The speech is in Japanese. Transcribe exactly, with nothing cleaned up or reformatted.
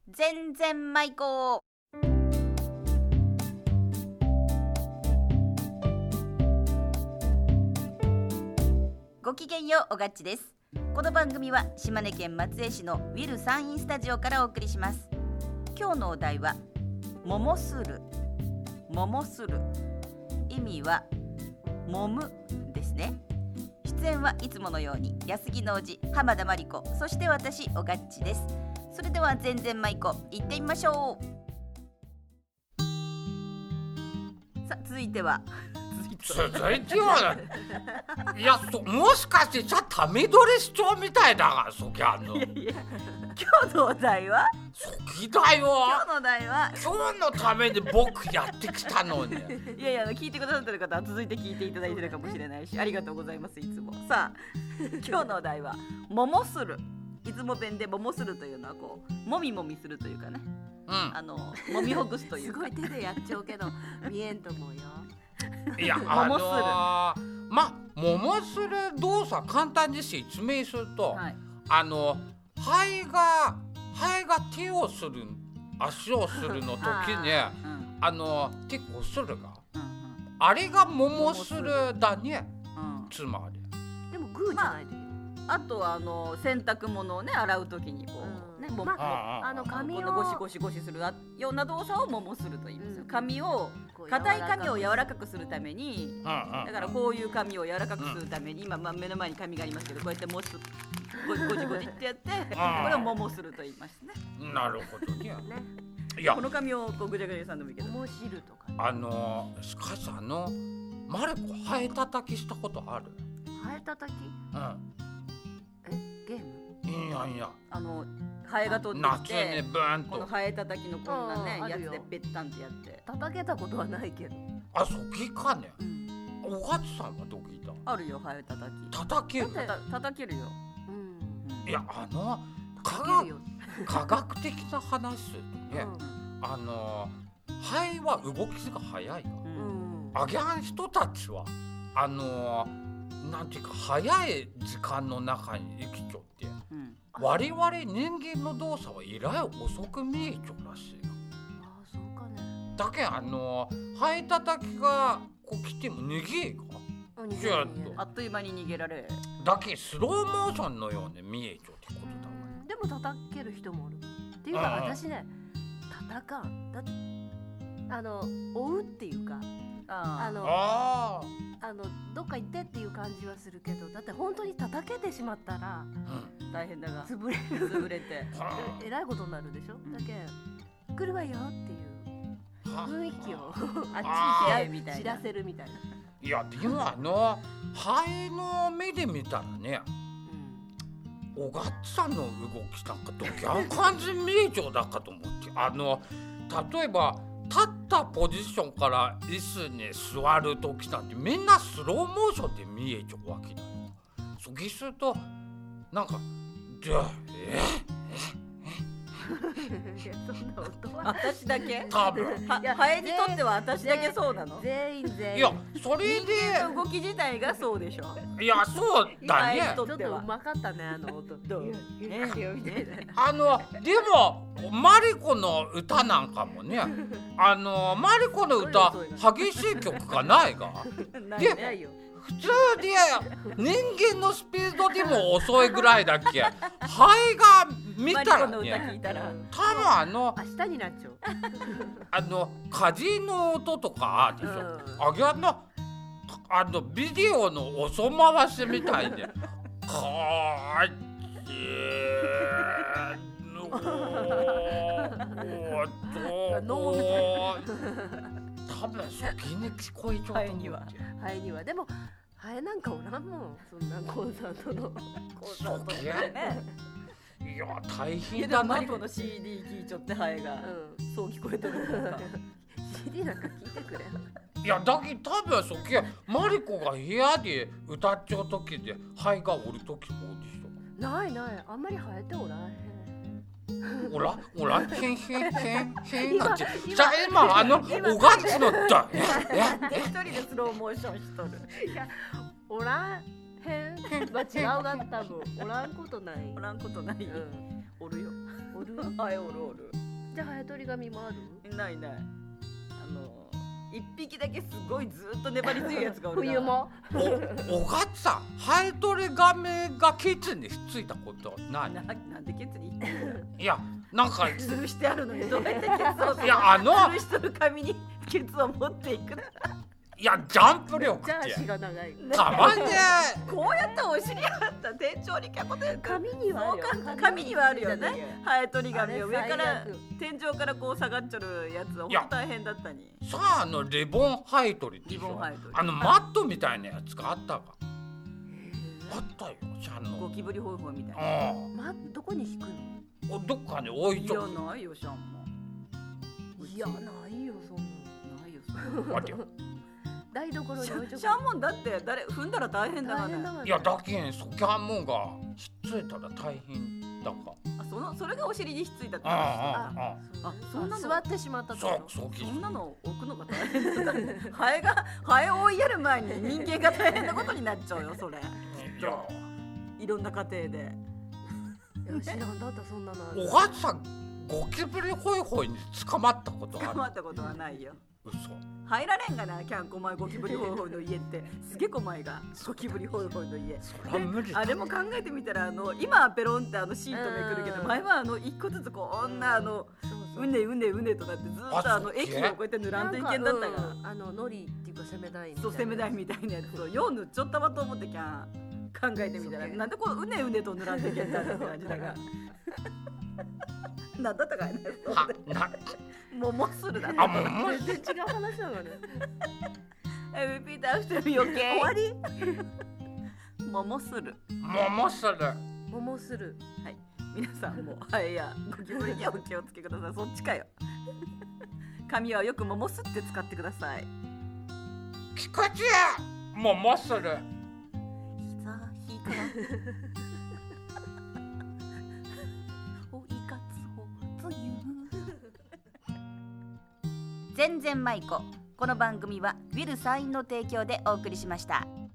全然舞子。ごきげんよう、おがっちです。この番組は島根県松江市のウィル山陰スタジオからお送りします。今日のお題は桃する。桃する、意味は揉むですね。出演はいつものように安木のおじ浜田真理子、そして私おがっちです。それでは全然舞子行ってみましょう。さあ続いては続いてはいやそもしかしてじゃあためどれ市長みたいだがそきゃんのいやいや今日のお題はそきだよ。 今日のお題は今日のために僕やってきたのにいやいや聞いてくださってる方は続いて聞いていただいてるかもしれないし、ありがとうございます。いつもさあ今日のお題は桃する。いつも弁で桃するというのはこうもみもみするというかね、 うん、 あのもみほぐすというかすごい手でやっちゃうけど見えんと思うよ。 いや桃する、 あのー、ま桃する動作簡単に説明すると、 はい、 あのハエがハエが手をする足をするの時にあ、 あ,、 うんあの手こするが、 うんうん、 あれが桃するだね、 うん、 つまりでもグーじゃないといけない。 あとはあの洗濯物をね洗うときにこう、 うんねもまああの髪をこのゴシゴシゴシするような動作をももすると言いますよ。 うん髪をこう硬い髪を柔らかくするために、 うんうん、 だからこういう髪を柔らかくするために、今、まあ、目の前に髪がありますけど、こうやってもすゴジゴジゴジってやってこれをももすると言いますね。 なるほどね。 ね。 いやこの髪をこうぐちゃぐちゃさんでもいいけど、 桃汁とか、ね。 あのしかしあのマルコハエ叩きしたことある？ ハエ叩き？ うんえ、ゲーム？ いやいやあのハエが取って夏きて、 にブーンこのとハエ叩きのこんなねやつあーあるよでべったんってやって、 叩けたことはないけど。 あそきかね。 うん、 おがつさんはどこいた？ あるよハエ叩き。 叩ける？ だってた叩けるよ。 うん。 いやあの科学叩けるよ。 科学的な話するとね、 うあのハエは動きが速いが、 うんん。 あぎゃん人たちはあのなんていうか早い時間の中に生きちょって、 うん、 我々人間の動作はえらい遅く見えちょらしいが。 あ、そうかね。 だけあのハエ叩きがこう来ても逃げがあ、逃げちょっとる逃げるあっという間に逃げられ。 だけスローモーションのように見えちょってことだわ。 うんでも叩ける人もおる。っていうかうんうん私ね、叩かん。だってあの追うっていうか、 ああのああのどっか行ってっていう感じはするけど、だって本当に叩けてしまったらあ、うん、 大変だが潰れる潰れてはええらいことになるでしょ。だけ来るわよっていうあは雰囲気をあっあーみたいなち知らせるみたいな。 いやでもあのハエの目で見たらね、 うんおがっさんの動きなんかどぎゃん感じ見えちゃうだかと思って、あの例えば立ったポジションから椅子に座る時なんてみんなスローモーションで見えちゃうわけだよ。そうするとなんかでえいやそんな音は私だけ多分はいやハエにとっては私だけそうなの？ 全員全員いやそれで人間の動き自体がそうでしょ。 いやそうだハエねにとってはちょっとうまかったね、あの音。 どういやいやいやみたいな。 あのでもマリコの歌なんかもね、あのマリコの歌激しい曲がないがないでないよ。 普通で人間のスピードでも遅いぐらいだっけハエが見たらマリコの歌聞ねいたら多分あの明日になっちゃう。 あの火事の音とかあるでしょ、 うんあげあのあのビデオのおそ回しみたいで火事の音多分先に聞こえちゃうと思うハエにはハエにはでもハエなんかおらんもん。そんなコンサートのコンサートそでね。 いや大いや変でもだなとマリコの シーディー 聞いちょってハエがうんそう聞こえてるのか。 シーディー なんか聞いてくれ。 いやだけど多分そっけマリコが部屋で歌っちゃう時でハエがおる時もでしないない、あんまり生えておらんへん。 ょおらおらへんへんへんへんなんて今じゃあ今あのおがつのだええ一人でスローモーションしとる。 いや、おらんへんは違うが多分おらんことない。 おらんことない。 うん、 おるよ。 おおるはい、おるおる。 じゃあハエトリガミもある？ ないない。あの一匹だけすごいずっと粘り強いやつがおるから。 冬もおおがっさん、ハエトリガミがケツにひっついたことない？ ななんでケツにいや、なんか吊るしてあるのにどうやってケツをいや、あの吊るしとる紙にケツを持っていくの。 いや、ジャンプ力じゃあって足が長い。 たまんねこうやってお尻あった天井にキャコテン紙にはあるよ。 そうか紙にはあるよね。ハエトリガミを上からあれ最悪天井からこう下がっちゃるやつはほんいやと大変だったに。 さあ、あのリボンハエトリってリボンハエトリあのマットみたいなやつがあったか。あったよ、ちゃんゴの。 キブリホイホイみたいな。 あまどこに引くの？ あ、おどっかに置いいとく。 やないよシャンも。 いやないよそんな。 ないよそんな。 待てよ。 台所にシ置いとく。 ャシャンもんだって誰踏んだら大変だからね。 大変だわね。 いや、だけんそキャンモンがひっついたら大変だか。 あ、そのそれがお尻にひっついたってあ話。 ああああそんなの座ってしまったってそうこと？ そう聞いそんなの置くのが大変だね。ハエがハエを追いやる前に人間が大変なことになっちゃうよそれ。 いや、 いろんな家庭で。 いや知らんだったそんなのある。 おがっさんゴキブリホイホイに捕まったことあ捕る？ まったことはないよ。 嘘。 入られんがな、キャンコマイゴキブリホイホイの家ってすげえこまいがゴキブリホイホイの家。 そりゃ無理だ。 あれも考えてみたら、あの今はペロンってあのシートめくるけど、 うん前はあの一個ずつこんなあのそうそううねうねうねとなってずっとあのあそっけ液をこうやって塗らんといけんだったから、 うんあののりっていうか攻め台みたいな。 そう攻め台みたいなやつをよう塗っちょったわと思ってキャン考えてみたら、 そうなんでこううねうねと塗らんといけんだって感じだが。なんだったかいね。 はなももするだあ、もうもう全然違う話だからね。 え、リピーターしてみようけ。 終わり？ ももする。 ももする。 桃する。 はい。皆さんもハエやゴキブリにはお気をつけください。そっちかよ。髪はよくももすって使ってください。 菊池ももする。 膝ひからおいかつおつゆ全然舞子。この番組はウィルサインの提供でお送りしました。